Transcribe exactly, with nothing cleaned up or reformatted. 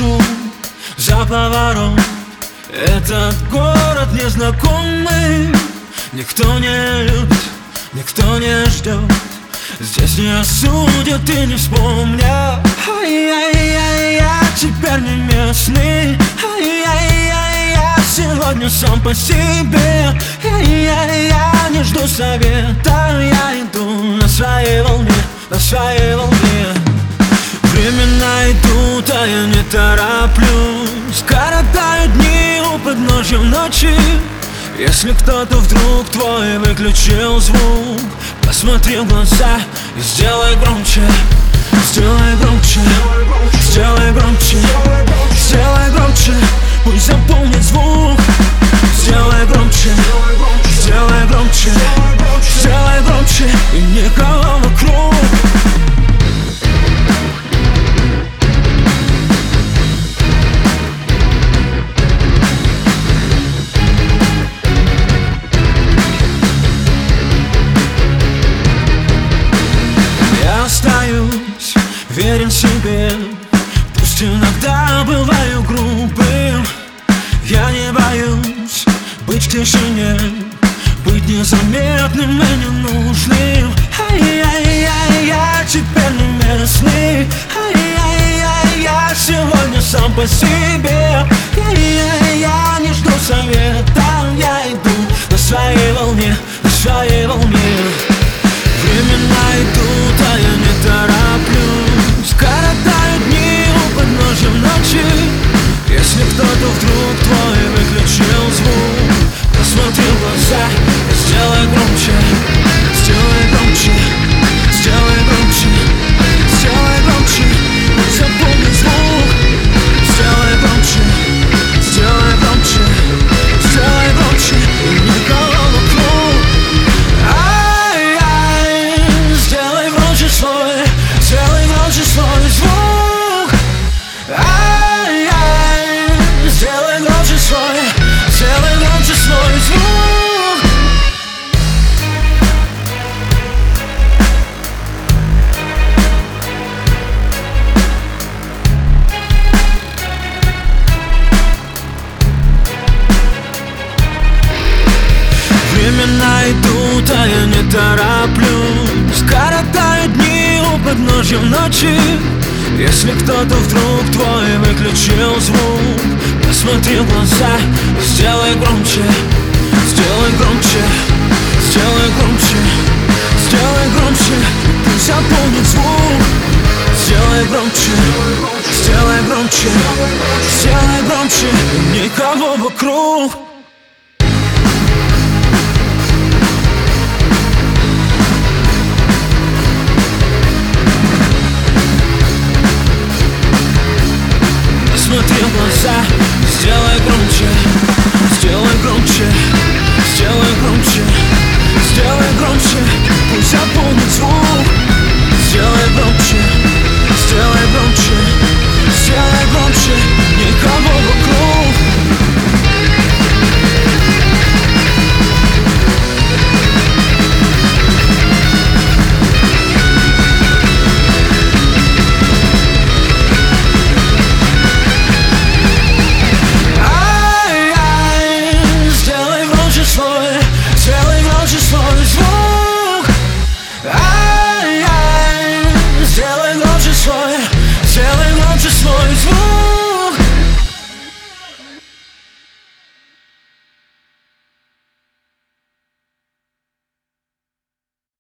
сверну за поворот. Этот город незнакомый, никто не любит, никто не ждет. Здесь не осудят и не вспомнят. Ай-яй-яй, я теперь не местный. Ай-яй-яй, я сегодня сам по себе. Ай-яй, я не жду совета, я иду на своей волне, на своей волне. Времена идут, а я не тороплюсь. Коротаю дни у подножья ночи. Если кто-то вдруг твой выключил звук, посмотри в глаза и сделай громче. Сделай громче, сделай громче, сделай громче, пусть запомнит звук. Сделай громче, сделай громче, сделай громче, и никого вокруг. Верен себе, пусть иногда бываю грубым. Я не боюсь быть в тишине, быть незаметным и ненужным. Ай-яй-яй, я теперь не местный. Ай-яй-яй, я сегодня сам по себе. Ай-яй, я не жду совета, я иду на своей волне, на своей волне. Времена идут, а я не тороплюсь. Коротаю дни у подножья ночи. Если кто-то вдруг твой выключил звук, посмотри в глаза и сделай громче. Сделай громче, сделай громче, сделай громче, пусть запомнит звук. Сделай громче, сделай громче, сделай громче, и никого вокруг. Сделай громче свой звук. Ай-яй, сделай громче свой, сделай громче свой звук. Времена идут, а я не тороплюсь. Коротаю дни у подножья ночи. Если кто-то вдруг твой выключил звук, посмотри в глаза и сделай громче. Сделай громче, сделай громче, сделай громче, пусть запомнит звук. Сделай громче, сделай громче, сделай громче, и никого вокруг. Смотри в глаза, сделай громче.